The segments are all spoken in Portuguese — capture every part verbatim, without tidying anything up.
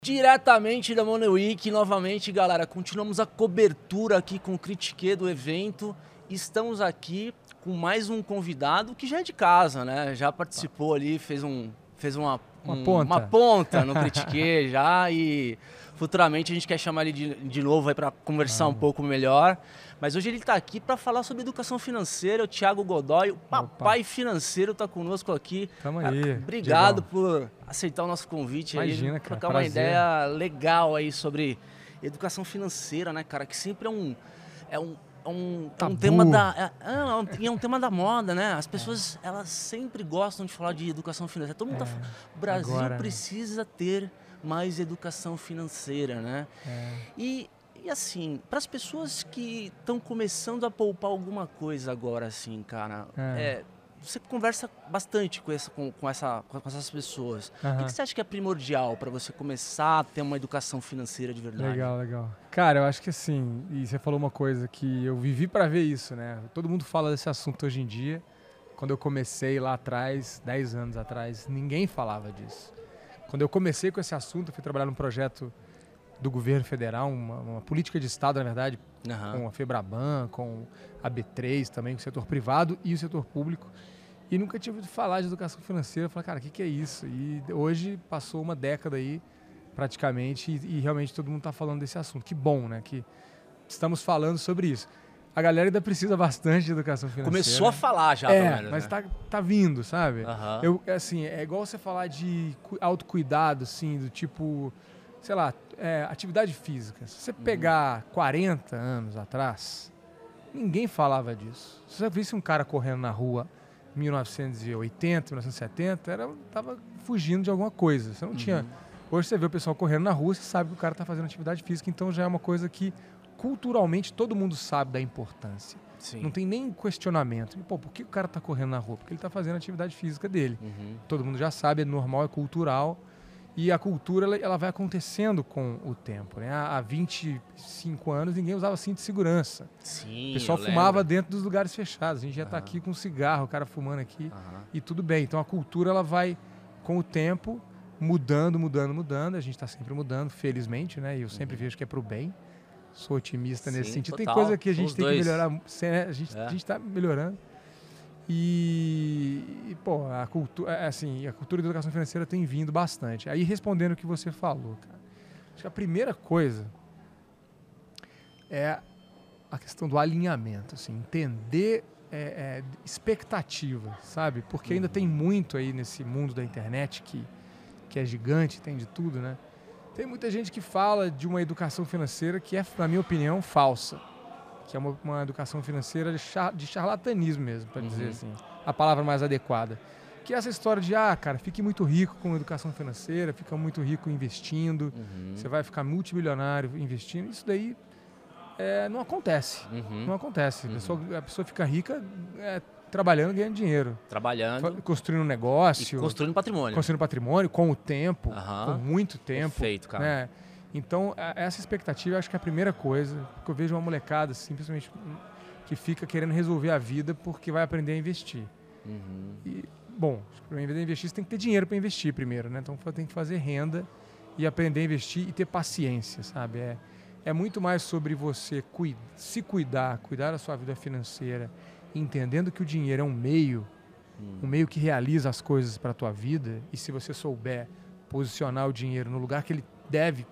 Diretamente da Money Week, novamente, galera, continuamos a cobertura aqui com o Critique do evento. Estamos aqui com mais um convidado que já é de casa, né? Já participou ali, fez, um, fez uma, uma, um, ponta. uma ponta no Critique já e futuramente a gente quer chamar ele de, de novo aí para conversar ah. um pouco melhor. Mas hoje ele está aqui para falar sobre educação financeira. O Thiago Godoy, o papai Opa. financeiro, está conosco aqui. Tamo aí. Obrigado Diegão. por aceitar o nosso convite. Imagina, aí, cara. Trocar prazer. uma ideia legal aí sobre educação financeira, né, cara? Que sempre é um, é um, é um, é um tema da, é, é, um, é um tema da moda, né? As pessoas, é. elas sempre gostam de falar de educação financeira. Todo mundo é. tá, o Brasil Agora, precisa ter mais educação financeira, né? É. E E assim, para as pessoas que estão começando a poupar alguma coisa agora, assim, cara, é. É, você conversa bastante com, essa, com, com, essa, com essas pessoas. Uhum. O que, que você acha que é primordial para você começar a ter uma educação financeira de verdade? Legal, legal. Cara, eu acho que assim, e você falou uma coisa que eu vivi para ver isso, né? Todo mundo fala desse assunto hoje em dia. Quando eu comecei lá atrás, dez anos atrás, ninguém falava disso. Quando eu comecei com esse assunto, eu fui trabalhar num projeto do governo federal, uma, uma política de Estado, na verdade, uhum. com a FEBRABAN, com a B três também, com o setor privado e o setor público. E nunca tinha ouvido falar de educação financeira. Eu falei, cara, o que, que é isso? E hoje passou uma década aí, praticamente, e, e realmente todo mundo está falando desse assunto. Que bom, né? Que estamos falando sobre isso. A galera ainda precisa bastante de educação financeira. Começou a falar já, é, pelo menos, mas né? tá, tá vindo, sabe? Uhum. Eu, assim, é igual você falar de autocuidado, assim, do tipo... sei lá, é, atividade física. Se você pegar quarenta anos atrás, ninguém falava disso. Se você visse um cara correndo na rua em mil novecentos e oitenta, mil novecentos e setenta, era, tava fugindo de alguma coisa. Você não uhum. tinha... Hoje você vê o pessoal correndo na rua, você sabe que o cara está fazendo atividade física, então já é uma coisa que culturalmente todo mundo sabe da importância. Sim. Não tem nem questionamento. Pô, por que o cara está correndo na rua? Porque ele está fazendo a atividade física dele. Uhum. Todo mundo já sabe, é normal, é cultural. E a cultura, ela, ela vai acontecendo com o tempo, né? Há vinte e cinco anos, ninguém usava cinto de segurança. Sim, o pessoal fumava lembro. dentro dos lugares fechados. A gente já está uhum. aqui com um cigarro, o cara fumando aqui, uhum. e tudo bem. Então, a cultura, ela vai, com o tempo, mudando, mudando, mudando. A gente está sempre mudando, felizmente, né? E eu sempre uhum. vejo que é para o bem. Sou otimista Sim, nesse sentido. Total. Tem coisa que a gente Os tem dois. que melhorar. Né? A gente é. está melhorando. E, e, pô, a cultura, assim, a cultura da educação financeira tem vindo bastante. Aí, respondendo o que você falou, cara, acho que a primeira coisa é a questão do alinhamento, assim, entender é, é, expectativa, sabe? Porque ainda tem muito aí nesse mundo da internet que, que é gigante, tem de tudo, né? Tem muita gente que fala de uma educação financeira que é, na minha opinião, falsa. Que é uma, uma educação financeira de, char, de charlatanismo mesmo, para uhum. dizer assim, a palavra mais adequada. Que é essa história de, ah, cara, fique muito rico com educação financeira, fica muito rico investindo, uhum. você vai ficar multimilionário investindo. Isso daí é, não acontece, uhum. não acontece. Uhum. A, pessoa, a pessoa fica rica é, trabalhando, ganhando dinheiro. Trabalhando. Construindo um negócio. E construindo patrimônio. Construindo patrimônio com o tempo, uhum. com muito tempo. Perfeito, cara. Né? Então, essa expectativa eu acho que é a primeira coisa, porque eu vejo uma molecada, assim, principalmente, que fica querendo resolver a vida porque vai aprender a investir. Uhum. E, bom, para aprender a investir, você tem que ter dinheiro para investir primeiro, né? Então, tem que fazer renda e aprender a investir e ter paciência, sabe? É, é muito mais sobre você cuid- se cuidar, cuidar da sua vida financeira, entendendo que o dinheiro é um meio, uhum. um meio que realiza as coisas para a tua vida, e se você souber posicionar o dinheiro no lugar que ele deve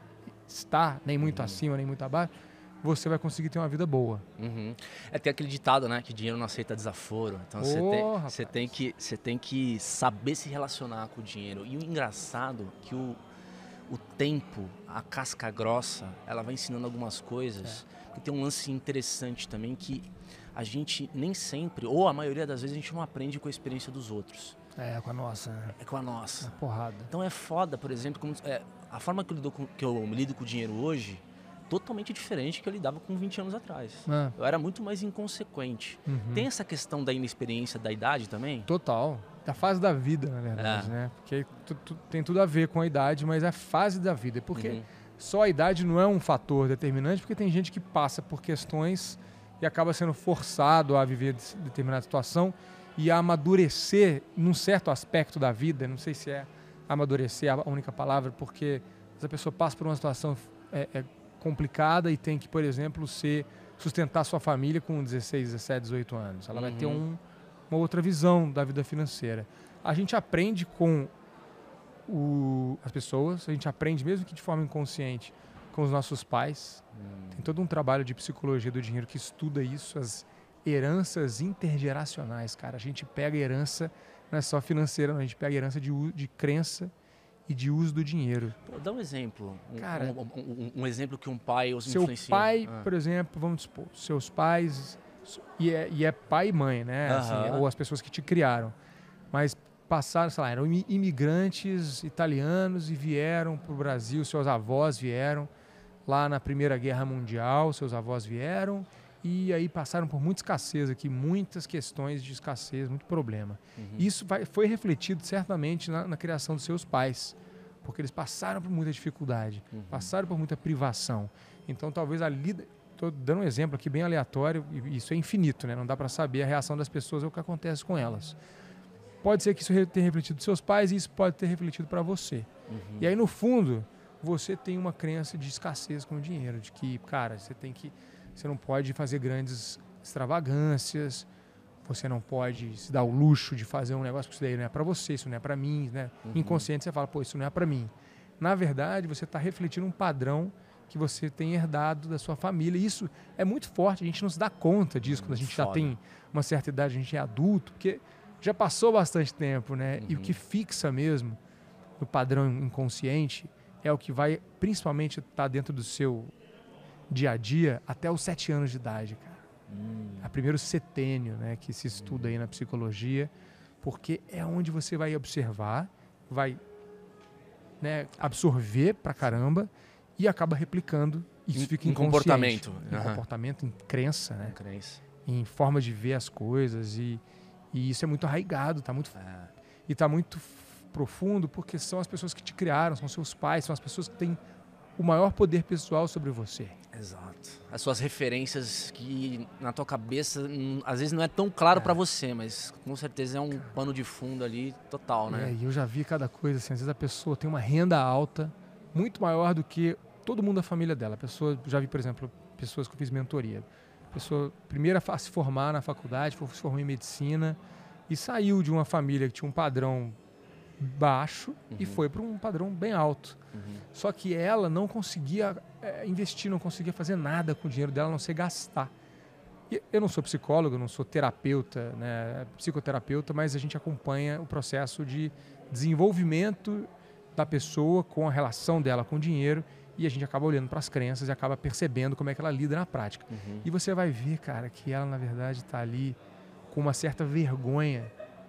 estar, nem muito uhum. acima, nem muito abaixo, você vai conseguir ter uma vida boa. Uhum. É, tem aquele ditado, né, que dinheiro não aceita desaforo. Então, você oh, tem, você tem que, você tem que saber se relacionar com o dinheiro. E o engraçado é que o, o tempo, a casca grossa, ela vai ensinando algumas coisas. É. E tem um lance interessante também que a gente nem sempre, ou a maioria das vezes, a gente não aprende com a experiência dos outros. É, com a nossa. Né? É com a nossa. É porrada. Então é foda, por exemplo, como, é, a forma que eu, lido com, que eu lido com o dinheiro hoje, totalmente diferente que eu lidava com vinte anos atrás. É. Eu era muito mais inconsequente. Uhum. Tem essa questão da inexperiência da idade também? Total. Da fase da vida, na verdade, é. né? Porque tu, tu, tem tudo a ver com a idade, mas é a fase da vida. Porque uhum. só a idade não é um fator determinante, porque tem gente que passa por questões e acaba sendo forçado a viver determinada situação e a amadurecer num certo aspecto da vida. Não sei se é amadurecer a única palavra, porque essa pessoa passa por uma situação é, é, complicada e tem que, por exemplo, ser, sustentar sua família com dezesseis, dezessete, dezoito anos. Ela uhum. vai ter um, uma outra visão da vida financeira. A gente aprende com o, as pessoas, a gente aprende, mesmo que de forma inconsciente, com os nossos pais. Hum. Tem todo um trabalho de psicologia do dinheiro que estuda isso, as heranças intergeracionais, cara. A gente pega herança, não é só financeira, não, a gente pega herança de, de crença e de uso do dinheiro. Pô, dá um exemplo. Um, cara, um, um, um exemplo que um pai os seu influencia. Seu pai, ah. por exemplo, vamos supor, seus pais, e é, e é pai e mãe, né? Uh-huh. Assim, ou as pessoas que te criaram. Mas passaram, sei lá, eram imigrantes italianos e vieram para o Brasil, seus avós vieram lá na Primeira Guerra Mundial, seus avós vieram e aí passaram por muita escassez aqui, muitas questões de escassez, muito problema. Uhum. Isso vai, foi refletido certamente na, na criação dos seus pais, porque eles passaram por muita dificuldade, uhum. passaram por muita privação. Então talvez ali, estou dando um exemplo aqui bem aleatório, e isso é infinito, né? Não dá para saber a reação das pessoas ou o que acontece com elas. Pode ser que isso tenha refletido dos seus pais e isso pode ter refletido para você. Uhum. E aí no fundo, você tem uma crença de escassez com o dinheiro, de que, cara, você tem que, você não pode fazer grandes extravagâncias, você não pode se dar o luxo de fazer um negócio que isso daí não é para você, isso não é para mim, né? Uhum. Inconsciente você fala, pô, isso não é para mim. Na verdade, você está refletindo um padrão que você tem herdado da sua família. E isso é muito forte, a gente não se dá conta disso quando a gente Foda. já tem uma certa idade, a gente é adulto, porque já passou bastante tempo, né? Uhum. E o que fixa mesmo no padrão inconsciente é o que vai, principalmente, estar tá dentro do seu dia a dia até os sete anos de idade, cara. Hum. É o primeiro setênio, né, que se estuda aí na psicologia, porque é onde você vai observar, vai, né, absorver pra caramba e acaba replicando. Isso em, fica em inconsciente. comportamento. Em uhum. comportamento, em crença, né? Em crença. Em forma de ver as coisas. E, e isso é muito arraigado, tá muito, é. e está muito profundo, porque são as pessoas que te criaram, são seus pais, são as pessoas que têm o maior poder pessoal sobre você. Exato. As suas referências que na tua cabeça hum, às vezes não é tão claro é. para você, mas com certeza é um pano de fundo ali total, né? É, e eu já vi cada coisa assim, às vezes a pessoa tem uma renda alta, muito maior do que todo mundo da família dela. A pessoa, já vi, por exemplo, pessoas que eu fiz mentoria. A pessoa primeiro a se formar na faculdade, se formou em medicina e saiu de uma família que tinha um padrão baixo uhum. e foi para um padrão bem alto. Uhum. Só que ela não conseguia é, investir, não conseguia fazer nada com o dinheiro dela, a não ser gastar. E eu não sou psicólogo, eu não sou terapeuta, né, psicoterapeuta, mas a gente acompanha o processo de desenvolvimento da pessoa com a relação dela com o dinheiro e a gente acaba olhando para as crenças e acaba percebendo como é que ela lida na prática. Uhum. E você vai ver, cara, que ela na verdade está ali com uma certa vergonha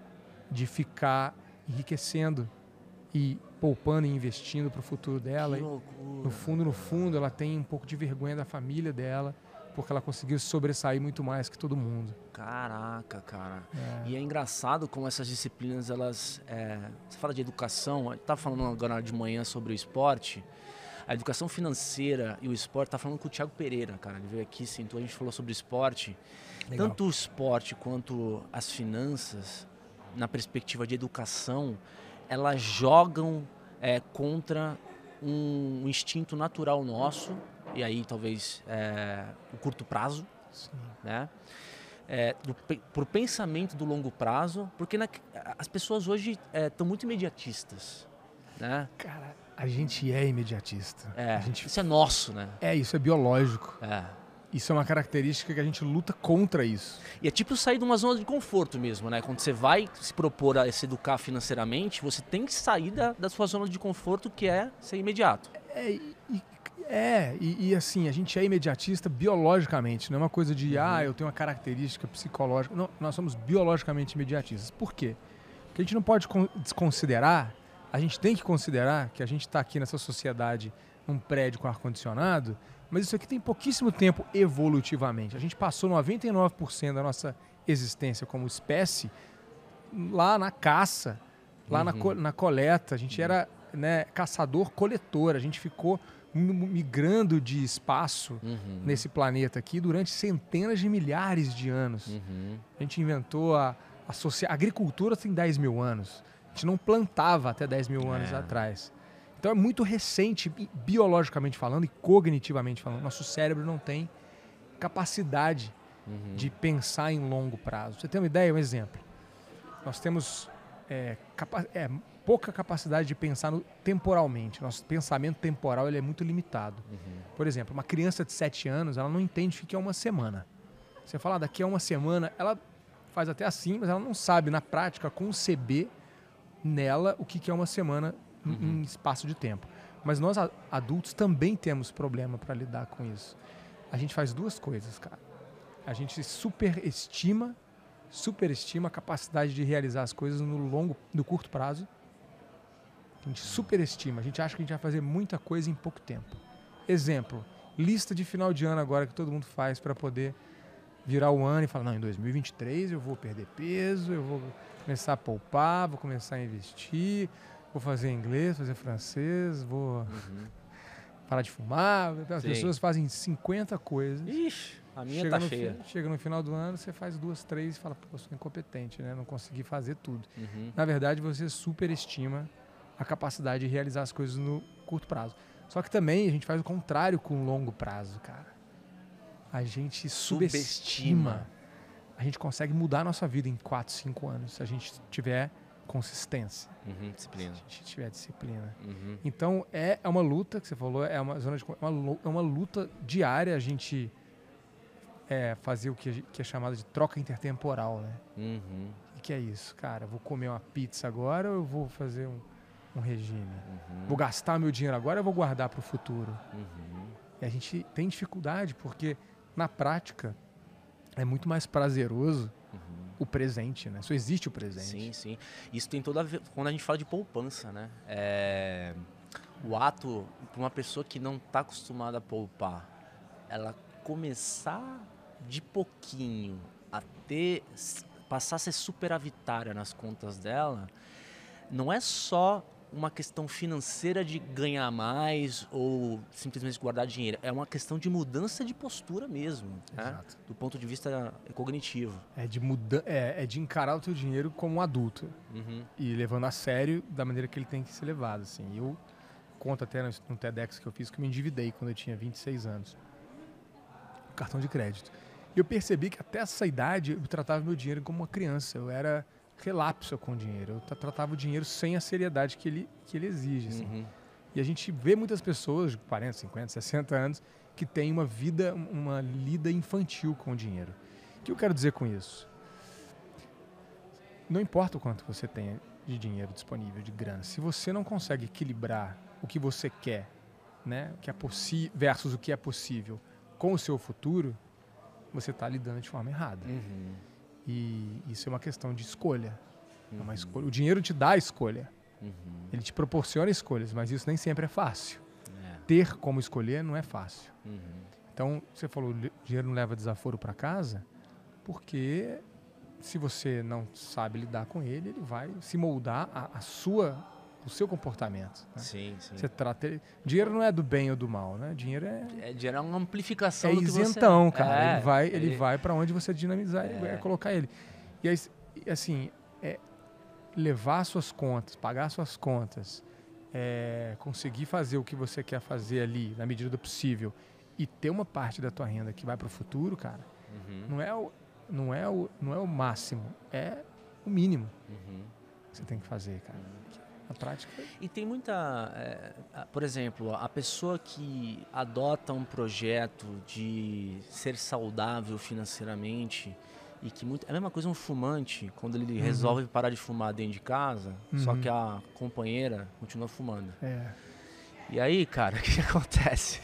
de ficar enriquecendo e poupando e investindo para o futuro dela. Que loucura. No fundo, no fundo, ela tem um pouco de vergonha da família dela, porque ela conseguiu sobressair muito mais que todo mundo. Caraca, cara. É. E é engraçado como essas disciplinas, elas... É... Você fala de educação, eu estava falando agora de manhã sobre o esporte. A educação financeira e o esporte, tá falando com o Thiago Pereira, cara. Ele veio aqui, sentou, a gente falou sobre esporte. Legal. Tanto o esporte quanto as finanças, na perspectiva de educação, elas jogam é, contra um instinto natural nosso, e aí talvez é, o curto prazo, Sim. né? É, do, por pensamento do longo prazo, porque na, as pessoas hoje estão é, muito imediatistas, né? Cara, a gente é imediatista. É, a gente... Isso é nosso, né? É, isso é biológico. É. Isso é uma característica que a gente luta contra isso. E é tipo sair de uma zona de conforto mesmo, né? Quando você vai se propor a se educar financeiramente, você tem que sair da, da sua zona de conforto, que é ser imediato. É, e, é, e, e assim, a gente é imediatista biologicamente. Não é uma coisa de, uhum. ah, eu tenho uma característica psicológica. Não, nós somos biologicamente imediatistas. Por quê? Porque a gente não pode desconsiderar, a gente tem que considerar que a gente está aqui nessa sociedade, num prédio com ar-condicionado, mas isso aqui tem pouquíssimo tempo evolutivamente. A gente passou noventa e nove por cento da nossa existência como espécie lá na caça, lá uhum. na, co na coleta. A gente uhum. era né, caçador-coletor. A gente ficou migrando de espaço uhum. nesse planeta aqui durante centenas de milhares de anos. Uhum. A gente inventou a, a, a agricultura tem dez mil anos. A gente não plantava até dez mil anos é. atrás. Então é muito recente, biologicamente falando e cognitivamente falando. Nosso cérebro não tem capacidade uhum. de pensar em longo prazo. Você tem uma ideia? Um exemplo. Nós temos é, capa é, pouca capacidade de pensar no, temporalmente. Nosso pensamento temporal ele é muito limitado. Uhum. Por exemplo, uma criança de sete anos, ela não entende o que é uma semana. Você fala, ah, daqui a uma semana, ela faz até assim, mas ela não sabe, na prática, conceber nela o que é uma semana uhum. em, em espaço de tempo. Mas nós, adultos, também temos problema para lidar com isso. A gente faz duas coisas, cara. A gente superestima, superestima a capacidade de realizar as coisas no longo, no curto prazo. A gente superestima. A gente acha que a gente vai fazer muita coisa em pouco tempo. Exemplo, lista de final de ano agora que todo mundo faz para poder virar o ano e falar, não, em dois mil e vinte e três eu vou perder peso, eu vou começar a poupar, vou começar a investir, vou fazer inglês, fazer francês, vou uhum. parar de fumar. As Sim. pessoas fazem cinquenta coisas. Ixi, a minha chega tá no cheia. Fi, chega no final do ano, você faz duas, três e fala, pô, eu sou incompetente, né? Não consegui fazer tudo. Uhum. Na verdade, você superestima a capacidade de realizar as coisas no curto prazo. Só que também a gente faz o contrário com o longo prazo, cara. A gente subestima. subestima. A gente consegue mudar a nossa vida em quatro, cinco anos se a gente tiver consistência. Uhum, disciplina. Se a gente tiver disciplina. Uhum. Então, é, é uma luta, que você falou, é uma, zona de, é uma, é uma luta diária a gente é, fazer o que, que é chamado de troca intertemporal, né? Uhum. O que é isso? Cara, eu vou comer uma pizza agora ou eu vou fazer um, um regime? Uhum. Vou gastar meu dinheiro agora ou eu vou guardar para o futuro? Uhum. E a gente tem dificuldade porque, na prática, é muito mais prazeroso uhum. o presente, né? Só existe o presente. Sim, sim. Isso tem toda a ver quando a gente fala de poupança, né? É... O ato, para uma pessoa que não está acostumada a poupar, ela começar de pouquinho a ter, passar a ser superavitária nas contas dela, não é só uma questão financeira de ganhar mais ou simplesmente guardar dinheiro. É uma questão de mudança de postura mesmo, né? Do ponto de vista cognitivo. É de, muda é, é de encarar o teu dinheiro como um adulto uhum. e levando a sério da maneira que ele tem que ser levado. Assim. Eu conto até no, no TEDx que eu fiz que eu me endividei quando eu tinha vinte e seis anos. Cartão de crédito. E eu percebi que até essa idade eu tratava meu dinheiro como uma criança. Eu era relapso com o dinheiro. Eu tratava o dinheiro sem a seriedade que ele, que ele exige. Assim. Uhum. E a gente vê muitas pessoas de quarenta, cinquenta, sessenta anos que têm uma vida, uma lida infantil com o dinheiro. O que eu quero dizer com isso? Não importa o quanto você tenha de dinheiro disponível, de grana, se você não consegue equilibrar o que você quer, né, o que é possi- versus o que é possível com o seu futuro, você está lidando de forma errada. Uhum. E isso é uma questão de escolha. Uhum. É uma escolha. O dinheiro te dá a escolha. Uhum. Ele te proporciona escolhas, mas isso nem sempre é fácil. É. Ter como escolher não é fácil. Uhum. Então, você falou, o dinheiro não leva desaforo para casa, porque se você não sabe lidar com ele, ele vai se moldar a, a sua, o seu comportamento. Né? Sim, sim. Você trata ele... Dinheiro não é do bem ou do mal, né? Dinheiro é... é dinheiro é uma amplificação é do que você... isentão, cara. É, ele vai, ele... ele vai para onde você dinamizar, é. ele vai colocar ele. E aí, assim, é levar suas contas, pagar suas contas, é, conseguir fazer o que você quer fazer ali, na medida do possível, e ter uma parte da tua renda que vai para o futuro, cara, uhum. não, é o, não, é o, não é o máximo, é o mínimo uhum. que você tem que fazer, cara. Uhum. Na prática. E tem muita... É, por exemplo, a pessoa que adota um projeto de ser saudável financeiramente e que muito, é a mesma coisa um fumante, quando ele uhum. resolve parar de fumar dentro de casa, uhum. só que a companheira continua fumando. É. E aí, cara, o que acontece?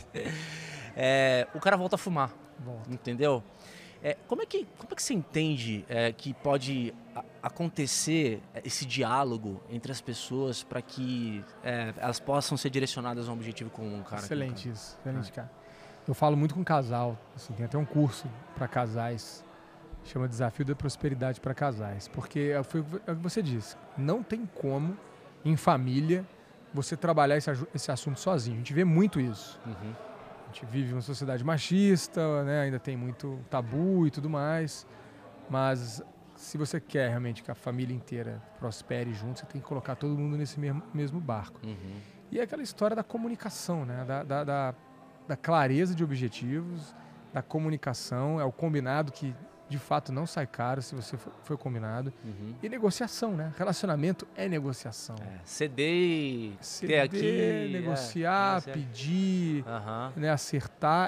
É, o cara volta a fumar, volta. Entendeu? É, como, é que, como é que você entende é, que pode a, acontecer esse diálogo entre as pessoas para que é, elas possam ser direcionadas a um objetivo comum, cara? Excelente cara. isso, excelente, ah. cara. Eu falo muito com casal, assim, tem até um curso para casais, chama Desafio da Prosperidade para Casais, porque foi o que você disse, não tem como, em família, você trabalhar esse, esse assunto sozinho. A gente vê muito isso. Uhum. A gente vive uma sociedade machista, né? Ainda tem muito tabu e tudo mais, mas se você quer realmente que a família inteira prospere junto, você tem que colocar todo mundo nesse mesmo, mesmo barco. Uhum. E é aquela história da comunicação, né? Da, da, da, da clareza de objetivos, da comunicação, é o combinado que de fato não sai caro se você for, for combinado. Uhum. E negociação, né? Relacionamento é negociação. É, ceder, Ceder, ter aqui... negociar, é, pedir, uhum. né? Acertar.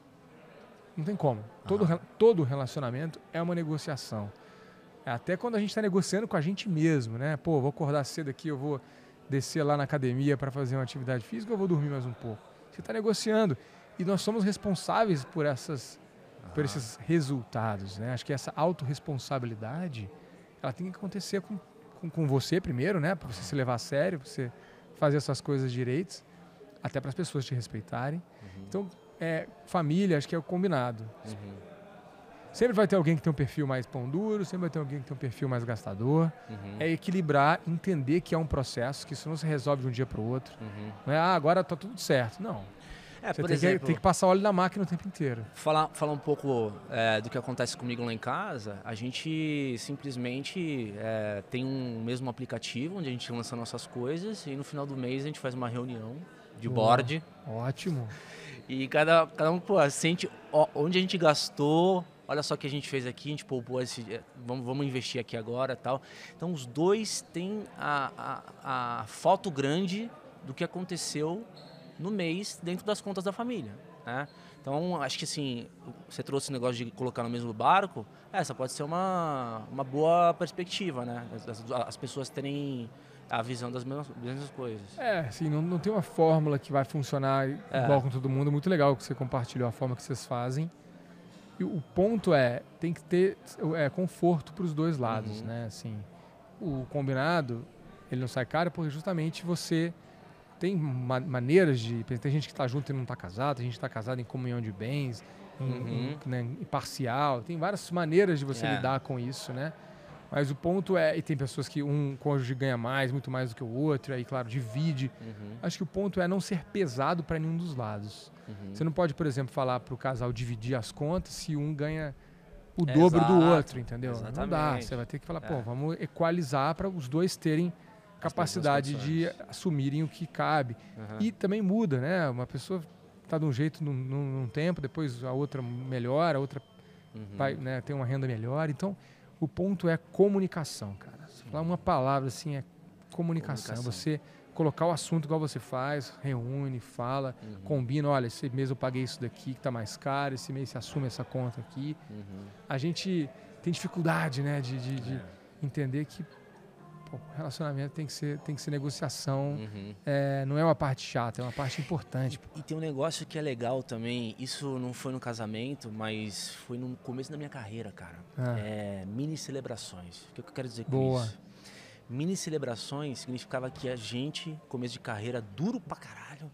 Não tem como. Todo, Uhum. todo relacionamento é uma negociação. Até quando a gente está negociando com a gente mesmo, né? Pô, vou acordar cedo aqui, eu vou descer lá na academia para fazer uma atividade física, eu vou dormir mais um pouco. Você está negociando. E nós somos responsáveis por, essas, uhum. por esses resultados, né? Acho que essa autorresponsabilidade, ela tem que acontecer com, com, com você primeiro, né? Para você se levar a sério, para você fazer essas coisas direitas, até para as pessoas te respeitarem. Uhum. Então, é, família, acho que é o combinado. Uhum. Sempre vai ter alguém que tem um perfil mais pão duro, sempre vai ter alguém que tem um perfil mais gastador. Uhum. É equilibrar, entender que é um processo, que isso não se resolve de um dia para o outro. Uhum. Não é, ah, agora está tudo certo. Não. É, Você por tem, exemplo, que, tem que passar óleo na máquina o tempo inteiro. Falar, falar um pouco é, do que acontece comigo lá em casa, a gente simplesmente é, tem um mesmo aplicativo onde a gente lança nossas coisas e no final do mês a gente faz uma reunião de Boa. board. Ótimo. E cada, cada um pô, sente ó, onde a gente gastou, olha só o que a gente fez aqui, a gente poupou esse, vamos, vamos investir aqui agora e tal. Então os dois têm a, a, a foto grande do que aconteceu no mês dentro das contas da família, né? Então, acho que assim, você trouxe o negócio de colocar no mesmo barco, essa pode ser uma, uma boa perspectiva, né? As, as pessoas terem a visão das mesmas, mesmas coisas. É, assim, não, não tem uma fórmula que vai funcionar é. igual com todo mundo. Muito legal que você compartilhou a forma que vocês fazem. E o ponto é, tem que ter é, conforto para os dois lados, uhum. né? Assim, o combinado, ele não sai caro porque justamente você tem ma- maneiras de... Tem gente que está junto e não está casado, tem gente que está casado em comunhão de bens, em, uhum. em, né, em parcial. Tem várias maneiras de você é. lidar com isso, né? Mas o ponto é... E tem pessoas que um cônjuge ganha mais, muito mais do que o outro, aí, claro, divide. Uhum. Acho que o ponto é não ser pesado para nenhum dos lados. Uhum. Você não pode, por exemplo, falar para o casal dividir as contas se um ganha o dobro Exato. do outro, entendeu? Exatamente. Não dá. Você vai ter que falar, é. pô, vamos equalizar para os dois terem capacidade de assumirem o que cabe. Uhum. E também muda, né? Uma pessoa está de um jeito num, num tempo, depois a outra melhora, a outra uhum. vai, né, tem uma renda melhor. Então, o ponto é comunicação, cara. Se falar uma palavra assim, é comunicação. comunicação. Você colocar o assunto igual você faz, reúne, fala, uhum. combina, olha, esse mês eu paguei isso daqui que está mais caro, esse mês você assume essa conta aqui. Uhum. A gente tem dificuldade, né, de, de, de é. entender que pô, relacionamento tem que ser, tem que ser negociação, uhum. é, não é uma parte chata, é uma parte importante. E, e tem um negócio que é legal também, isso não foi no casamento, mas foi no começo da minha carreira, cara. Ah. É, mini celebrações. O que eu quero dizer com Boa. isso? Mini celebrações significava que a gente, começo de carreira, duro pra caralho,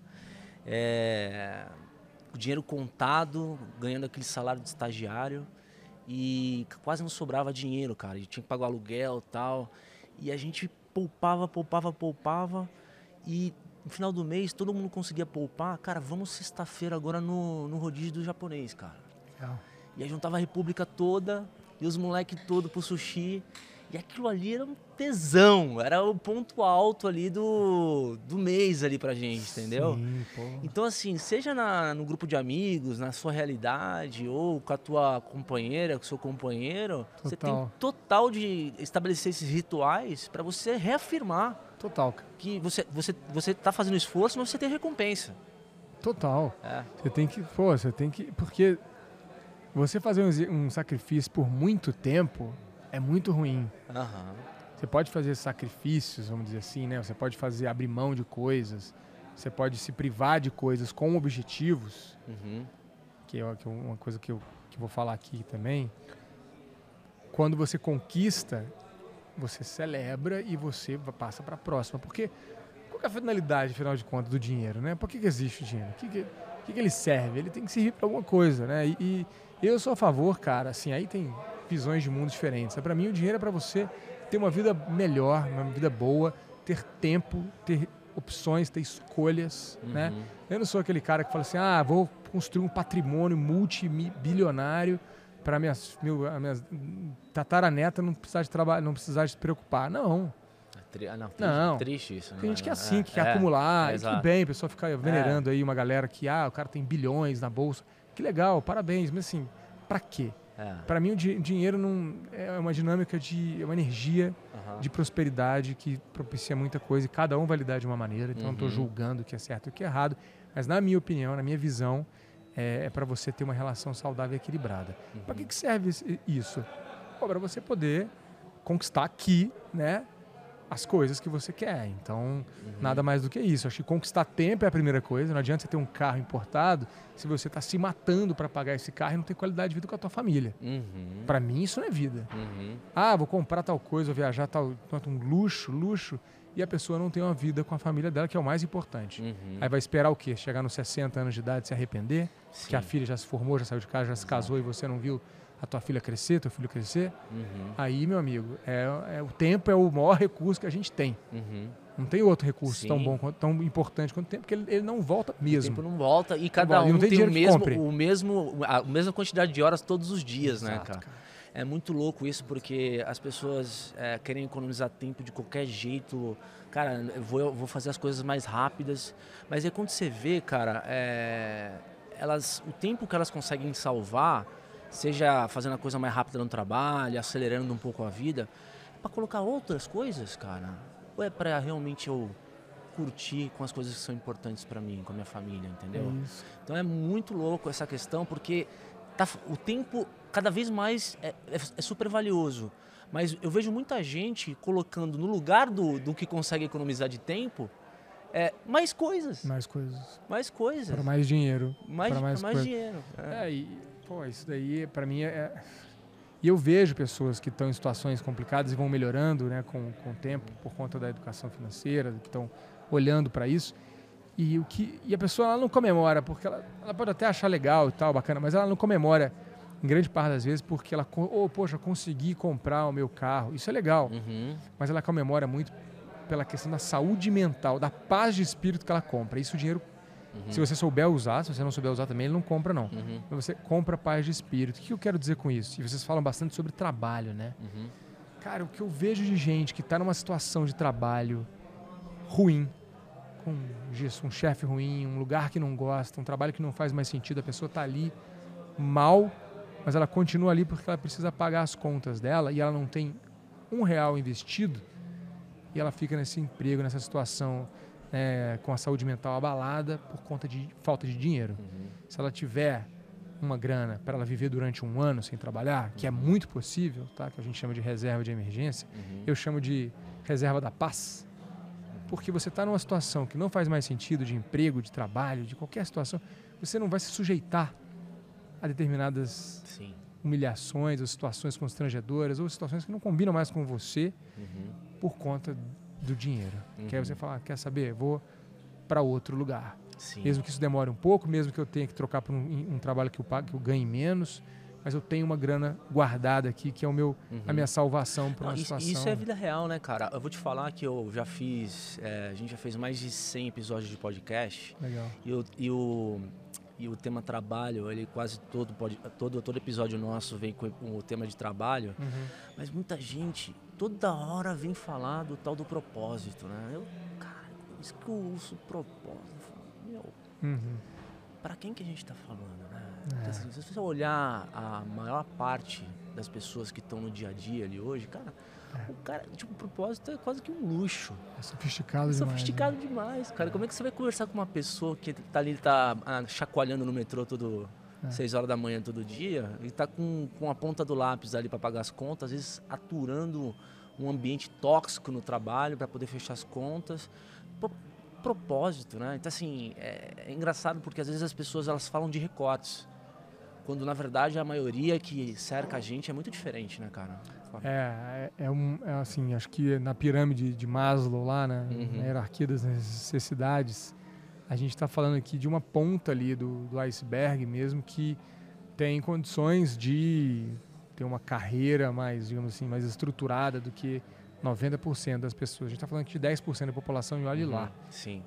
é, o dinheiro contado, ganhando aquele salário de estagiário e quase não sobrava dinheiro, cara. E tinha que pagar o aluguel e tal. E a gente poupava, poupava, poupava e no final do mês todo mundo conseguia poupar. Cara, vamos sexta-feira agora no, no rodízio do japonês, cara. Legal. E aí juntava a república toda e os moleques todos pro sushi. E aquilo ali era um tesão, era o ponto alto ali do, do mês ali pra gente, entendeu? Sim, pô. Então assim, seja na, no grupo de amigos, na sua realidade, ou com a tua companheira, com o seu companheiro, total. Você tem total de estabelecer esses rituais pra você reafirmar total. que você, você, você tá fazendo esforço, mas você tem recompensa. Total. É. Você tem que, pô, você tem que, porque você fazer um, um sacrifício por muito tempo é muito ruim. Uhum. Você pode fazer sacrifícios, vamos dizer assim, né? Você pode fazer abrir mão de coisas, você pode se privar de coisas com objetivos, uhum. que é uma coisa que eu que vou falar aqui também. Quando você conquista, você celebra e você passa para a próxima. Porque qual é a finalidade, afinal de contas, do dinheiro, né? Por que, que existe o dinheiro? O que, que, que, que ele serve? Ele tem que servir para alguma coisa, né? E, e eu sou a favor, cara, assim, aí tem visões de mundo diferentes. Para mim, o dinheiro é para você ter uma vida melhor, uma vida boa, ter tempo, ter opções, ter escolhas, uhum. né? Eu não sou aquele cara que fala assim, ah, vou construir um patrimônio multibilionário para minhas, meu, minhas tataraneta não precisar de trabalhar, não precisar de se preocupar. Não. Tri... Ah, não, triste, Não. triste isso. Tem não gente é, que é assim, é, que quer é, acumular, é, e tudo exato. bem, a pessoa fica venerando É. aí uma galera que, ah, o cara tem bilhões na bolsa. Que legal, parabéns, mas assim, pra quê? É. Pra mim o di- dinheiro não é uma dinâmica de, é uma energia Uhum. de prosperidade que propicia muita coisa e cada um vai lidar de uma maneira, então Uhum. não estou julgando o que é certo e o que é errado, mas na minha opinião, na minha visão, é, é para você ter uma relação saudável e equilibrada. Uhum. Para que, que serve esse- isso? Para você poder conquistar aqui, né, as coisas que você quer. Então, Uhum. nada mais do que isso. Acho que conquistar tempo é a primeira coisa. Não adianta você ter um carro importado se você está se matando para pagar esse carro e não tem qualidade de vida com a tua família. Uhum. Para mim, isso não é vida. Uhum. Ah, vou comprar tal coisa, vou viajar tal, tanto um luxo, luxo, e a pessoa não tem uma vida com a família dela, que é o mais importante. Uhum. Aí vai esperar o quê? Chegar nos sessenta anos de idade e se arrepender? Sim. Que a filha já se formou, já saiu de casa, já se casou e você não viu a tua filha crescer, teu filho crescer? Uhum. Aí, meu amigo, é, é, o tempo é o maior recurso que a gente tem. Uhum. Não tem outro recurso Sim. tão bom, quanto- tão importante quanto o tempo, porque ele, ele não volta mesmo. O tempo não volta e cada volta. E um não tem tem, o dinheiro que mesmo, compre. o mesmo, a mesma quantidade de horas todos os dias, né, Exato, cara? cara. É muito louco isso porque as pessoas é, querem economizar tempo de qualquer jeito. Cara, eu vou, eu vou fazer as coisas mais rápidas. Mas aí quando você vê, cara, é, elas, o tempo que elas conseguem salvar, seja fazendo a coisa mais rápida no trabalho, acelerando um pouco a vida, é pra colocar outras coisas, cara. Ou é pra realmente eu curtir com as coisas que são importantes pra mim, com a minha família, entendeu? É isso. Então é muito louco essa questão, porque tá, o tempo cada vez mais é, é, é super valioso. Mas eu vejo muita gente colocando no lugar do, do que consegue economizar de tempo, é, mais coisas. Mais coisas. Mais coisas. Para mais dinheiro. mais, para mais, mais coisa. dinheiro. É. É, e, pô, isso daí pra mim é... é- E eu vejo pessoas que estão em situações complicadas e vão melhorando, né, com, com o tempo, por conta da educação financeira, que estão olhando para isso. E, o que, e a pessoa ela não comemora, porque ela, ela pode até achar legal e tal, bacana, mas ela não comemora, em grande parte das vezes, porque ela, oh, poxa, consegui comprar o meu carro. Isso é legal, Uhum. mas ela comemora muito pela questão da saúde mental, da paz de espírito que ela compra. Isso o dinheiro, Uhum. se você souber usar, se você não souber usar também, ele não compra não. Uhum. Mas você compra paz de espírito. O que eu quero dizer com isso? E vocês falam bastante sobre trabalho, né? Uhum. Cara, o que eu vejo de gente que está numa situação de trabalho ruim, com um chefe ruim, um lugar que não gosta, um trabalho que não faz mais sentido, a pessoa está ali mal, mas ela continua ali porque ela precisa pagar as contas dela e ela não tem um real investido e ela fica nesse emprego, nessa situação, né, com a saúde mental abalada por conta de falta de dinheiro. Uhum. Se ela tiver uma grana para ela viver durante um ano sem trabalhar, que é muito possível, tá? Que a gente chama de reserva de emergência, Uhum. eu chamo de reserva da paz, porque você está numa situação que não faz mais sentido de emprego, de trabalho, de qualquer situação, você não vai se sujeitar a determinadas Sim. humilhações ou situações constrangedoras ou situações que não combinam mais com você Uhum. por conta do dinheiro. Uhum. Que aí você fala, quer saber, vou para outro lugar. Sim. Mesmo que isso demore um pouco, mesmo que eu tenha que trocar por um, um trabalho que eu, pague, que eu ganhe menos, mas eu tenho uma grana guardada aqui, que é o meu, Uhum. a minha salvação para uma Não, isso, situação. isso é vida real, né, cara? Eu vou te falar que eu já fiz, é, a gente já fez mais de cem episódios de podcast Legal. e o, e o, e o tema trabalho, ele quase todo, pode, todo, todo episódio nosso vem com o tema de trabalho, Uhum. mas muita gente toda hora vem falar do tal do propósito, né? Eu, cara, isso que eu uso propósito, eu falo, meu, Uhum. pra quem que a gente tá falando, né? É. Então, assim, se você olhar a maior parte das pessoas que estão no dia a dia ali hoje, cara, É. o cara, tipo, o propósito é quase que um luxo. É sofisticado É demais. sofisticado né? demais, cara. Como é que você vai conversar com uma pessoa que tá ali, tá ah, chacoalhando no metrô todo É. seis horas da manhã todo dia e tá com, com a ponta do lápis ali para pagar as contas, às vezes aturando um ambiente tóxico no trabalho para poder fechar as contas. Pro- propósito, né? Então, assim, é, é engraçado porque às vezes as pessoas elas falam de recortes, quando na verdade a maioria que cerca a gente é muito diferente, né, cara? É, é, é um, é assim, acho que na pirâmide de Maslow lá, né, Uhum. na hierarquia das necessidades, a gente está falando aqui de uma ponta ali do, do iceberg mesmo que tem condições de ter uma carreira mais, digamos assim, mais estruturada do que noventa por cento das pessoas. A gente está falando aqui de dez por cento da população e olhe Uhum. lá. Sim.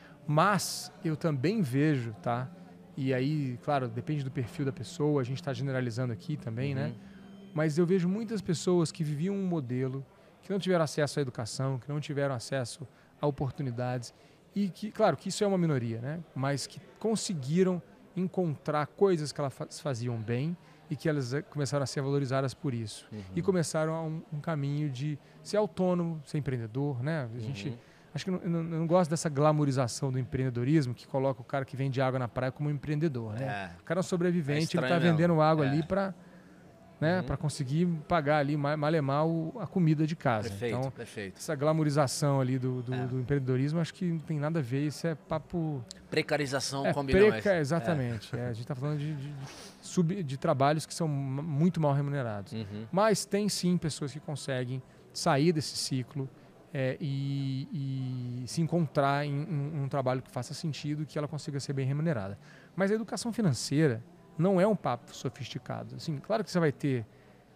Mas eu também vejo, tá? E aí, claro, depende do perfil da pessoa, a gente está generalizando aqui também, Uhum. né? Mas eu vejo muitas pessoas que viviam um modelo, que não tiveram acesso à educação, que não tiveram acesso a oportunidades e que, claro, que isso é uma minoria, né? Mas que conseguiram encontrar coisas que elas faziam bem e que elas começaram a ser valorizadas por isso. Uhum. E começaram a um, um caminho de ser autônomo, ser empreendedor, né? A gente, uhum. Acho que eu não, eu não gosto dessa glamorização do empreendedorismo que coloca o cara que vende água na praia como um empreendedor, né? É. O cara é um sobrevivente, é ele está vendendo água é. ali para... Né, uhum. para conseguir pagar ali malemar a comida de casa. Perfeito, então, perfeito. Essa glamorização ali do, do, é. do empreendedorismo, acho que não tem nada a ver, isso é papo... Precarização é, combina preca, mais. Exatamente. É. É, a gente está falando de, de, de, sub, de trabalhos que são muito mal remunerados. Uhum. Mas tem sim pessoas que conseguem sair desse ciclo é, e, e se encontrar em, em um trabalho que faça sentido, que ela consiga ser bem remunerada. Mas a educação financeira não é um papo sofisticado. Assim, claro que você vai ter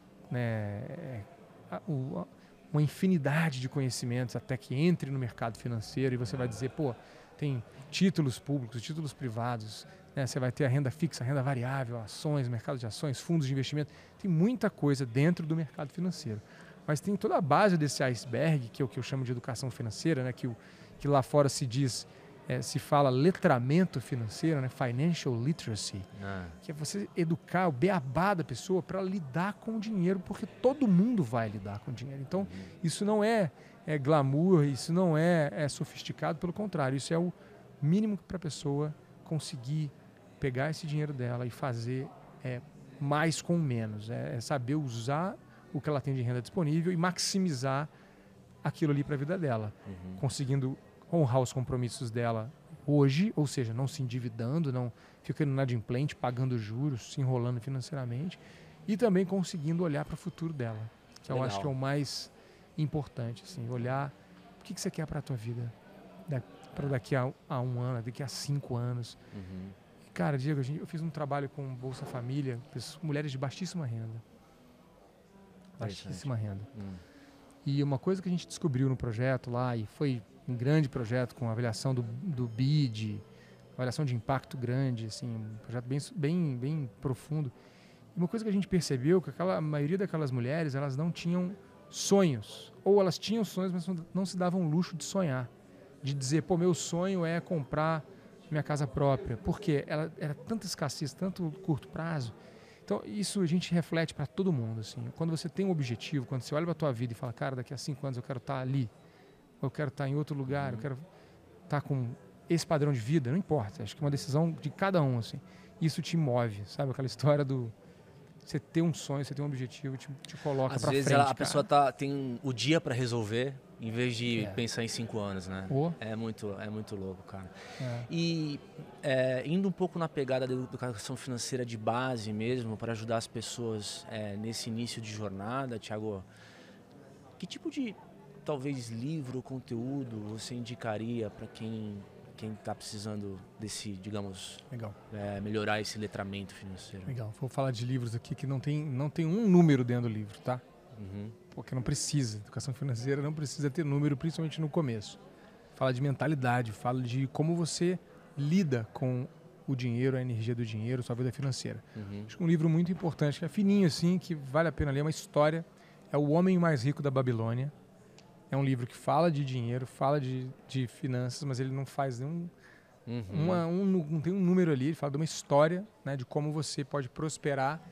né, a, a, uma infinidade de conhecimentos até que entre no mercado financeiro e você vai dizer, pô, tem títulos públicos, títulos privados, né, você vai ter a renda fixa, a renda variável, ações, mercado de ações, fundos de investimento. Tem muita coisa dentro do mercado financeiro. Mas tem toda a base desse iceberg, que é o que eu chamo de educação financeira, né, que, o, que lá fora se diz... É, se fala letramento financeiro, né? Financial literacy, ah. que é você educar o beabá da pessoa para lidar com o dinheiro, porque todo mundo vai lidar com o dinheiro. Então, uhum. isso não é, é glamour, isso não é, é sofisticado, pelo contrário, isso é o mínimo para a pessoa conseguir pegar esse dinheiro dela e fazer é, mais com menos. É, é saber usar o que ela tem de renda disponível e maximizar aquilo ali para a vida dela, uhum. conseguindo honrar os compromissos dela hoje, ou seja, não se endividando, não ficando inadimplente, pagando juros, se enrolando financeiramente e também conseguindo olhar para o futuro dela, que Legal. Eu acho que é o mais importante, assim, olhar o que, que você quer para a tua vida, da, para daqui a, a um ano, daqui a cinco anos. Uhum. E, cara, Diego, eu fiz um trabalho com Bolsa Família, mulheres de baixíssima renda, baixíssima renda. Hum. E uma coisa que a gente descobriu no projeto lá, e foi um grande projeto com avaliação do, do B I D, avaliação de impacto grande, assim, um projeto bem, bem, bem profundo. E uma coisa que a gente percebeu que aquela, a maioria daquelas mulheres, elas não tinham sonhos. Ou elas tinham sonhos, mas não, não se davam luxo de sonhar. De dizer, pô, meu sonho é comprar minha casa própria. Por quê? Ela, era tanta escassez, tanto curto prazo. Então, isso a gente reflete para todo mundo, assim. Quando você tem um objetivo, quando você olha para a tua vida e fala, cara, daqui a cinco anos eu quero estar ali, eu quero estar em outro lugar, uhum. eu quero estar com esse padrão de vida, não importa. Acho que é uma decisão de cada um, assim. Isso te move, sabe? Aquela história do... Você ter um sonho, você ter um objetivo, te, te coloca pra frente, Às vezes ela, a pessoa tá, tem o dia para resolver, em vez de é. pensar em cinco anos, né? Oh. É, muito, é muito louco, cara. É. E é, indo um pouco na pegada da educação financeira de base mesmo, para ajudar as pessoas é, nesse início de jornada, Thiago, que tipo de... talvez livro ou conteúdo você indicaria para quem quem está precisando desse, digamos, Legal. É, melhorar esse letramento financeiro? Legal. Vou falar de livros aqui que não tem, não tem um número dentro do livro, tá? Uhum. Porque não precisa. Educação financeira não precisa ter número, principalmente no começo. Fala de mentalidade, fala de como você lida com o dinheiro, a energia do dinheiro, sua vida financeira. Uhum. Acho que um livro muito importante, que é fininho assim, que vale a pena ler, é uma história, é O Homem Mais Rico da Babilônia. É um livro que fala de dinheiro, fala de, de finanças, mas ele não faz nenhum... Uhum. Uma, um, não tem um número ali, ele fala de uma história, né, de como você pode prosperar,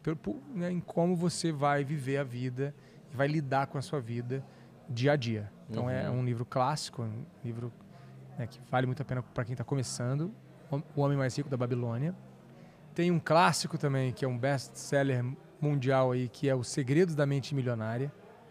né, em como você vai viver a vida e vai lidar com a sua vida dia a dia. Então uhum. é um livro clássico, um livro né, que vale muito a pena para quem está começando, O Homem Mais Rico da Babilônia. Tem um clássico também, que é um best-seller mundial, aí, que é Os Segredos da Mente Milionária.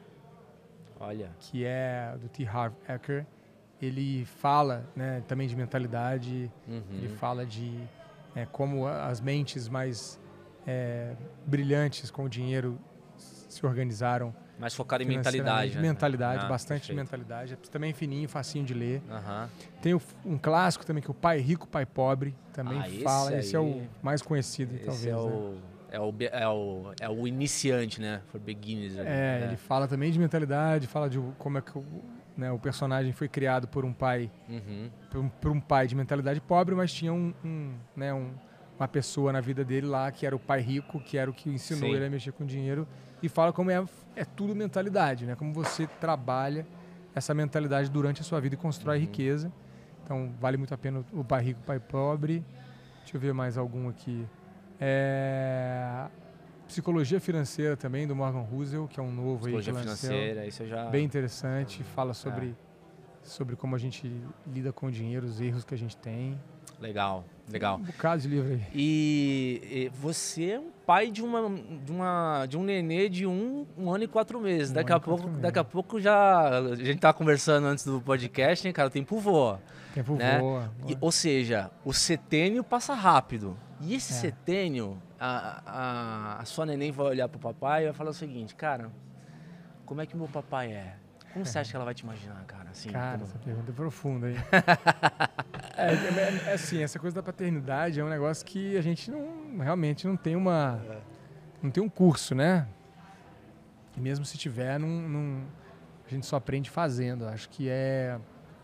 Olha. Que é do T. Harv Eker. Ele fala né, também de mentalidade, uhum. ele fala de é, como as mentes mais é, brilhantes com o dinheiro se organizaram. Mais focado em mentalidade. Né? Mentalidade, ah, bastante perfeito. mentalidade. Também fininho, facinho de ler. Uhum. Tem um clássico também, que é O Pai Rico, Pai Pobre. Também ah, fala, esse, esse é o mais conhecido, esse talvez. É o... né? É o, é, o, é o iniciante, né? For beginners. É, né? Ele fala também de mentalidade, fala de como é que o, né, o personagem foi criado por um pai, uhum. por, um, por um pai de mentalidade pobre, mas tinha um, um, né, um, uma pessoa na vida dele lá, que era o pai rico, que era o que ensinou Sim. ele a mexer com dinheiro, e fala como é, é tudo mentalidade, né? Como você trabalha essa mentalidade durante a sua vida e constrói Uhum. riqueza. Então, vale muito a pena o pai rico, o pai pobre. Deixa eu ver mais algum aqui. É... Psicologia Financeira também, do Morgan Housel, que é um novo aí que Psicologia lançou. financeira, isso eu já... Bem interessante, fala sobre, É. sobre como a gente lida com o dinheiro, os erros que a gente tem. Legal, legal. Um bocado de livro aí. E, e você é um pai de, uma, de, uma, de um nenê de um, um ano e quatro meses. Um daqui, ano a e quatro pouco, meses. daqui a pouco já... A gente tava conversando antes do podcast, hein, cara? O tempo voa. O tempo né? voa. E, voa. ou seja, o setênio passa rápido. E esse É. setênio, a, a, a sua neném vai olhar pro papai e vai falar o seguinte, cara, como é que meu papai é? Como você acha que ela vai te imaginar, cara? Assim, Cara, como... essa pergunta é profunda, hein? é, é, é assim, essa coisa da paternidade é um negócio que a gente não, realmente não tem uma... Não tem um curso, né? E mesmo se tiver, não, não, a gente só aprende fazendo. Acho que é...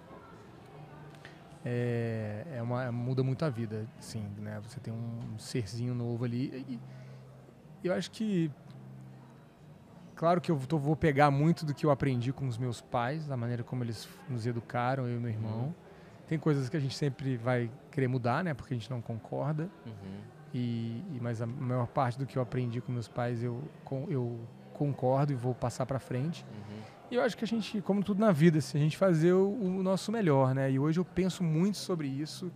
É, é uma, muda muito a vida, assim, né? Você tem um serzinho novo ali. E eu acho que... Claro que eu tô, vou pegar muito do que eu aprendi com os meus pais, da maneira como eles nos educaram, eu e meu irmão. Uhum. Tem coisas que a gente sempre vai querer mudar, né? Porque a gente não concorda. Uhum. E, e, mas a maior parte do que eu aprendi com meus pais eu, eu concordo e vou passar para frente. Uhum. E eu acho que a gente, como tudo na vida, se a gente fazer o, o nosso melhor, né? E hoje eu penso muito sobre isso,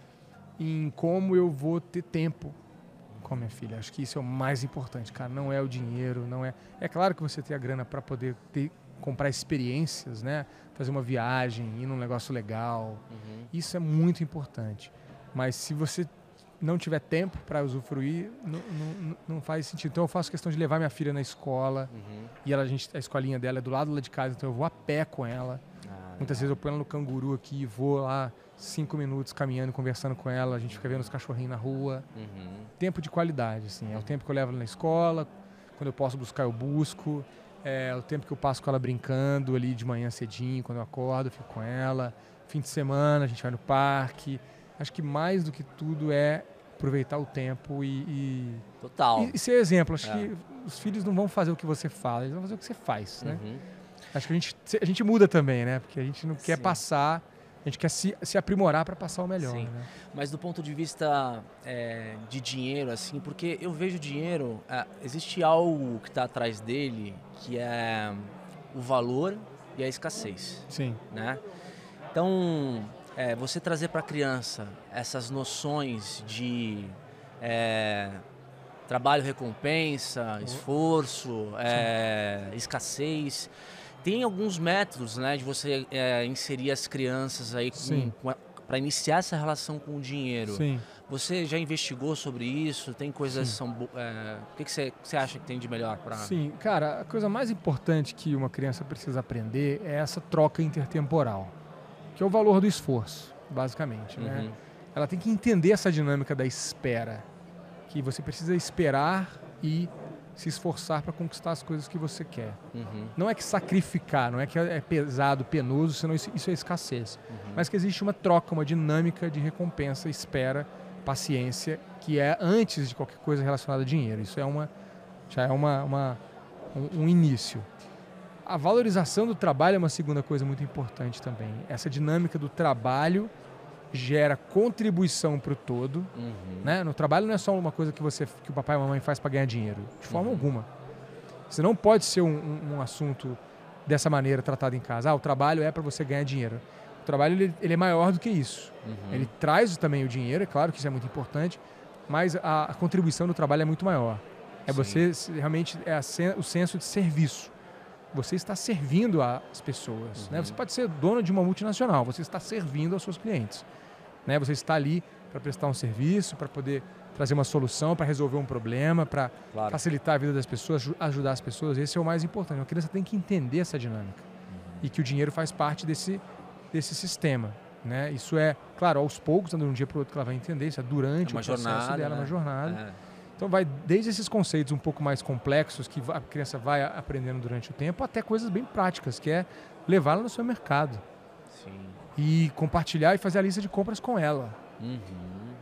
em como eu vou ter tempo com a minha filha. Acho que isso é o mais importante, cara. Não é o dinheiro, não é... É claro que você tem a grana para poder ter, comprar experiências, né? Fazer uma viagem, ir num negócio legal. Uhum. Isso é muito importante. Mas se você não tiver tempo para usufruir, não, não, não faz sentido. Então eu faço questão de levar minha filha na escola. Uhum. E ela, a, gente, a escolinha dela é do lado lá de casa, então eu vou a pé com ela. Ah, Muitas vezes eu ponho ela no canguru aqui, vou lá cinco minutos caminhando, conversando com ela, a gente fica vendo os cachorrinhos na rua. Uhum. Tempo de qualidade, assim. É o tempo que eu levo ela na escola, quando eu posso buscar eu busco. É o tempo que eu passo com ela brincando ali de manhã cedinho, quando eu acordo, eu fico com ela. Fim de semana, a gente vai no parque. Acho que mais do que tudo é aproveitar o tempo e... e Total. E, e ser exemplo. Acho é. que os filhos não vão fazer o que você fala, eles vão fazer o que você faz, né? Uhum. Acho que a gente, a gente muda também, né? Porque a gente não quer Sim. passar, a gente quer se, se aprimorar para passar o melhor. Sim. Né? Mas do ponto de vista é, de dinheiro, assim, porque eu vejo dinheiro, é, existe algo que está atrás dele, que é o valor e a escassez. Sim. Né? Então, é, você trazer para a criança essas noções de é, trabalho, recompensa, esforço, é, escassez... Tem alguns métodos, né, de você é, inserir as crianças aí para iniciar essa relação com o dinheiro. Sim. Você já investigou sobre isso? Tem coisas que são... É, o que, que você, você acha que tem de melhor para... Sim, cara, a coisa mais importante que uma criança precisa aprender é essa troca intertemporal, que é o valor do esforço, basicamente. Uhum. Né? Ela tem que entender essa dinâmica da espera, que você precisa esperar e se esforçar para conquistar as coisas que você quer. Uhum. Não é que sacrificar, não é que é pesado, penoso, senão isso, isso é escassez. Uhum. Mas que existe uma troca, uma dinâmica de recompensa, espera, paciência, que é antes de qualquer coisa relacionada a dinheiro. Isso é uma, já é uma, uma, um, um início. A valorização do trabalho é uma segunda coisa muito importante também. Essa dinâmica do trabalho gera contribuição para o todo. Uhum. Né? No trabalho não é só uma coisa que, você, que o papai e a mamãe faz para ganhar dinheiro, de forma uhum. alguma. Você não pode ser um, um, um assunto dessa maneira tratado em casa. Ah, o trabalho é para você ganhar dinheiro. O trabalho ele, ele é maior do que isso. Uhum. Ele traz também o dinheiro, é claro que isso é muito importante, mas a, a contribuição do trabalho é muito maior. É Sim. você realmente, é a, o senso de serviço. Você está servindo as pessoas. Uhum. Né? Você pode ser dono de uma multinacional, você está servindo aos seus clientes. Né? Você está ali para prestar um serviço, para poder trazer uma solução, para resolver um problema, para claro. facilitar a vida das pessoas, ajudar as pessoas. Esse é o mais importante. Uma criança tem que entender essa dinâmica uhum. e que o dinheiro faz parte desse, desse sistema. Né? Isso é, claro, aos poucos, de um dia para o outro que ela vai entender, isso é durante é o processo jornada, dela, né? uma jornada. É. Então vai desde esses conceitos um pouco mais complexos que a criança vai aprendendo durante o tempo, até coisas bem práticas, que é levá-la no seu mercado. Sim. E compartilhar e fazer a lista de compras com ela. Uhum.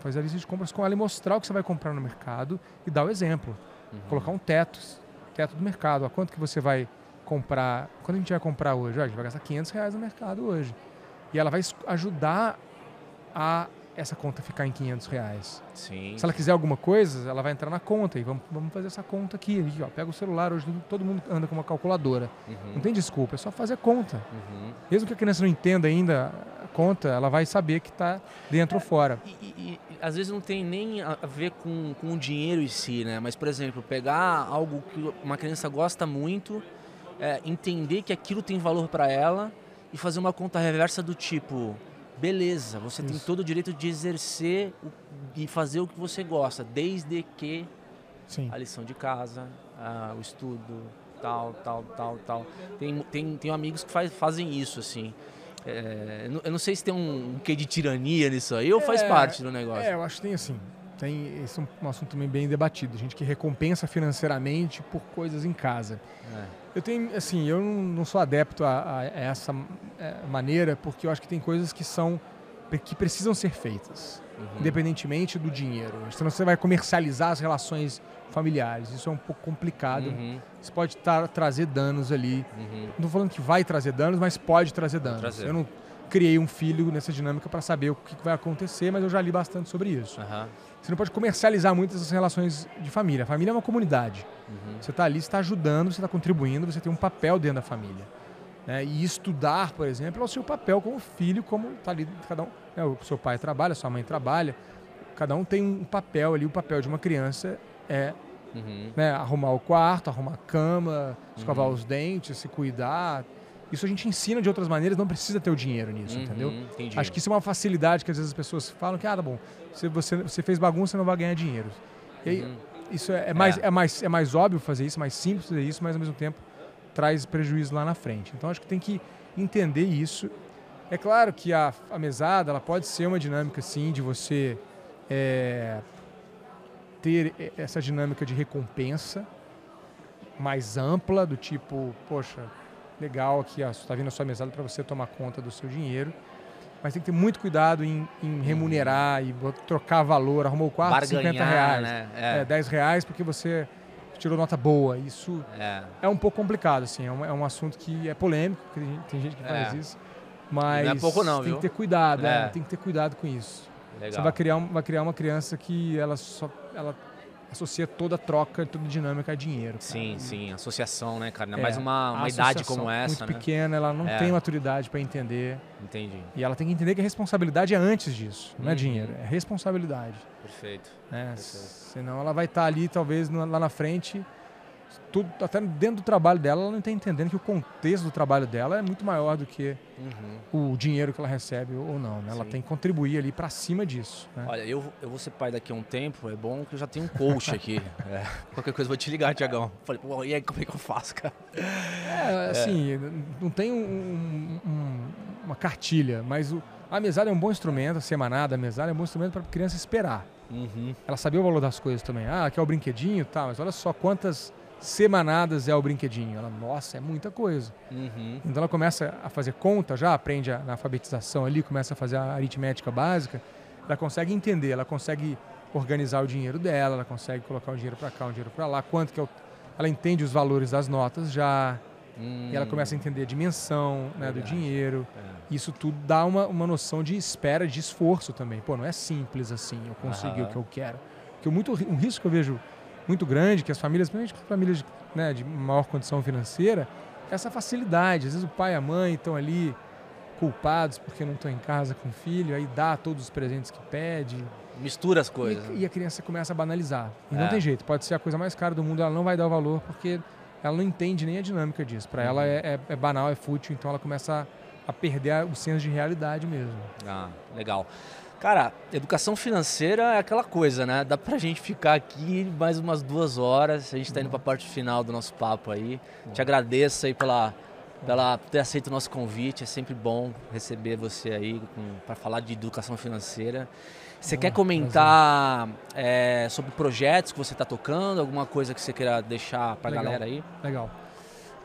fazer a lista de compras com ela e mostrar o que você vai comprar no mercado e dar o exemplo. Uhum. Colocar um teto, teto do mercado. A quanto que você vai comprar, quando a gente vai comprar hoje? A gente vai gastar quinhentos reais no mercado hoje. E ela vai ajudar a essa conta ficar em quinhentos reais. Sim. Se ela quiser alguma coisa, ela vai entrar na conta e vamos, vamos fazer essa conta aqui. aqui ó, pega o celular, hoje todo mundo anda com uma calculadora. Uhum. Não tem desculpa, é só fazer conta. Uhum. Mesmo que a criança não entenda ainda a conta, ela vai saber que está dentro é, ou fora. E, e, e às vezes não tem nem a ver com, com o dinheiro em si, né? Mas, por exemplo, pegar algo que uma criança gosta muito, é, entender que aquilo tem valor para ela e fazer uma conta reversa do tipo... Beleza, você Isso. tem todo o direito de exercer o, e fazer o que você gosta, desde que Sim. a lição de casa, a, o estudo, tal, tal, tal, tal. Tem, tem, tem amigos que faz, fazem isso, assim. É, eu não sei se tem um, um quê de tirania nisso aí ou é, faz parte do negócio. É, eu acho que tem assim. Tem, esse é um, um assunto também bem debatido. Gente que recompensa financeiramente por coisas em casa. É. Eu tenho, assim, eu não sou adepto a, a essa maneira, porque eu acho que tem coisas que são, que precisam ser feitas, uhum. independentemente do dinheiro. Senão você vai comercializar as relações familiares. Isso é um pouco complicado. Uhum. Isso pode tra- trazer danos ali. Uhum. Não estou falando que vai trazer danos, mas pode trazer danos. Trazer. Eu não criei um filho nessa dinâmica para saber o que vai acontecer, mas eu já li bastante sobre isso. Uhum. Você não pode comercializar muito essas relações de família. A família é uma comunidade. Uhum. Você está ali, você está ajudando, você está contribuindo, você tem um papel dentro da família. Né? E estudar, por exemplo, é o seu papel como filho, como está ali, cada um, né? O seu pai trabalha, a sua mãe trabalha, cada um tem um papel ali. O papel de uma criança é uhum. né, arrumar o quarto, arrumar a cama, escovar uhum. os dentes, se cuidar. Isso a gente ensina de outras maneiras, não precisa ter o dinheiro nisso, uhum, entendeu? Entendi. Acho que isso é uma facilidade que às vezes as pessoas falam que, ah, tá bom, se você, você fez bagunça, você não vai ganhar dinheiro. E aí, uhum. isso é, é, mais, é. É, mais, é mais óbvio fazer isso, mais simples fazer isso, mas ao mesmo tempo traz prejuízo lá na frente. Então acho que tem que entender isso. É claro que a, a mesada, ela pode ser uma dinâmica, sim, de você é, ter essa dinâmica de recompensa mais ampla, do tipo, poxa... legal que está vindo a sua mesada para você tomar conta do seu dinheiro, mas tem que ter muito cuidado em, em remunerar e trocar valor, arrumou o quarto, barganhar, cinquenta reais, né? é. É, dez reais porque você tirou nota boa. Isso é, é um pouco complicado, assim, é um, é um assunto que é polêmico, porque tem gente que faz é. isso, mas não é pouco não, tem viu? que ter cuidado, é. É, tem que ter cuidado com isso. Legal. Você vai criar, um, vai criar uma criança que ela só... Ela, associa toda troca, toda dinâmica a dinheiro. Cara. Sim, sim, associação, né, cara? Ainda é, mais uma, uma idade como essa, muito né? pequena, ela não é. tem maturidade para entender. Entendi. E ela tem que entender que a responsabilidade é antes disso, não uhum. é dinheiro, é responsabilidade. Perfeito. Né? Perfeito. Senão ela vai estar ali, talvez, lá na frente, tudo, até dentro do trabalho dela, ela não está entendendo que o contexto do trabalho dela é muito maior do que uhum. o dinheiro que ela recebe ou não. Né? Ela tem que contribuir ali para cima disso. Né? Olha, eu, eu vou ser pai daqui a um tempo, é bom que eu já tenho um coach aqui. É. Qualquer coisa eu vou te ligar, Tiagão. Falei, pô, e aí como é que eu faço, cara? É, assim, é. não tem um, um, uma cartilha, mas o, a mesada é um bom instrumento, a semanada, a mesada é um bom instrumento para a criança esperar. Uhum. Ela saber o valor das coisas também. Ah, aqui é o brinquedinho, tá, mas olha só quantas... semanadas é o brinquedinho. Ela, nossa, é muita coisa. Uhum. Então ela começa a fazer conta, já aprende a, na alfabetização ali, começa a fazer a aritmética básica, ela consegue entender, ela consegue organizar o dinheiro dela, ela consegue colocar um dinheiro para cá, um dinheiro para lá, quanto que é o... ela entende os valores das notas já, hum. e ela começa a entender a dimensão, né, do dinheiro. É. Isso tudo dá uma, uma noção de espera, de esforço também. Pô, não é simples assim, eu consegui ah. o que eu quero. Porque muito, um risco que eu vejo muito grande, que as famílias, principalmente as famílias, né, de maior condição financeira, é essa facilidade. Às vezes o pai e a mãe estão ali culpados porque não estão em casa com o filho, aí dá todos os presentes que pede. Mistura as coisas. E, e a criança começa a banalizar. E é. não tem jeito, pode ser a coisa mais cara do mundo, ela não vai dar o valor porque ela não entende nem a dinâmica disso. Para uhum. ela é, é, é banal, é fútil, então ela começa a, a perder o senso de realidade mesmo. Ah, legal. Cara, educação financeira é aquela coisa, né? Dá pra gente ficar aqui mais umas duas horas. A gente tá indo pra parte final do nosso papo aí. Te agradeço aí pela, pela ter aceito o nosso convite. É sempre bom receber você aí para falar de educação financeira. Você ah, quer comentar é, sobre projetos que você está tocando? Alguma coisa que você queira deixar pra Legal. galera aí? Legal.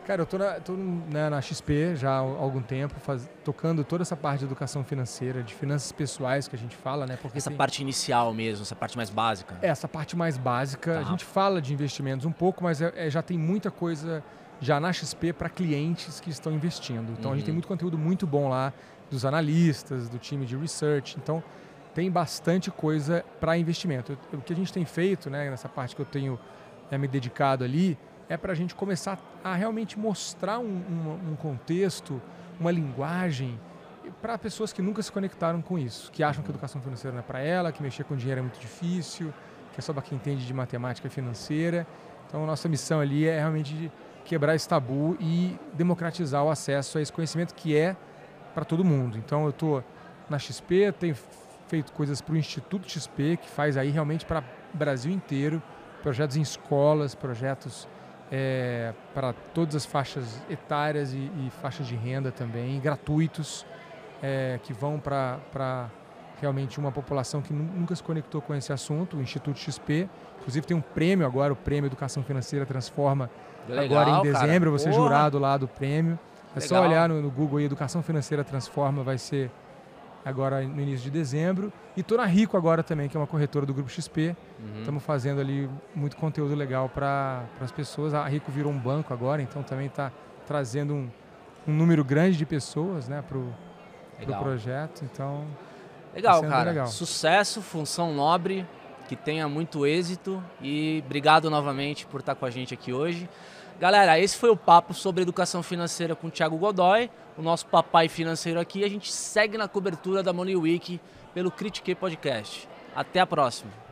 Cara, eu tô na, tô, né, na X P já há algum tempo, faz, tocando toda essa parte de educação financeira, de finanças pessoais que a gente fala, né? Porque essa tem, parte inicial mesmo, essa parte mais básica. É, essa parte mais básica. Tá. A gente fala de investimentos um pouco, mas é, é, já tem muita coisa já na X P para clientes que estão investindo. Então, uhum. a gente tem muito conteúdo muito bom lá, dos analistas, do time de research. Então, tem bastante coisa para investimento. O que a gente tem feito, né, nessa parte que eu tenho é, me dedicado ali, é para a gente começar a realmente mostrar um, um, um contexto, uma linguagem para pessoas que nunca se conectaram com isso, que acham que educação financeira não é para ela, que mexer com dinheiro é muito difícil, que é só para quem entende de matemática financeira. Então, a nossa missão ali é realmente de quebrar esse tabu e democratizar o acesso a esse conhecimento que é para todo mundo. Então, eu estou na X P, tenho feito coisas para o Instituto X P, que faz aí realmente para o Brasil inteiro, projetos em escolas, projetos é, para todas as faixas etárias e, e faixas de renda também, gratuitos, é, que vão para realmente uma população que nunca se conectou com esse assunto, o Instituto X P. Inclusive tem um prêmio agora, o Prêmio Educação Financeira Transforma, legal, agora em dezembro, cara. Você é jurado lá do prêmio. É legal. Só olhar no, no Google aí, Educação Financeira Transforma, vai ser agora no início de dezembro. E estou na Rico agora também, que é uma corretora do Grupo X P. Estamos uhum. fazendo ali muito conteúdo legal para as pessoas. A Rico virou um banco agora, então também está trazendo um, um número grande de pessoas, né, para o projeto. Então, legal, cara. Legal. Sucesso, função nobre, que tenha muito êxito e obrigado novamente por estar com a gente aqui hoje. Galera, esse foi o papo sobre educação financeira com o Thiago Godoy, o nosso papai financeiro aqui. A gente segue na cobertura da Money Week pelo Critique Podcast. Até a próxima.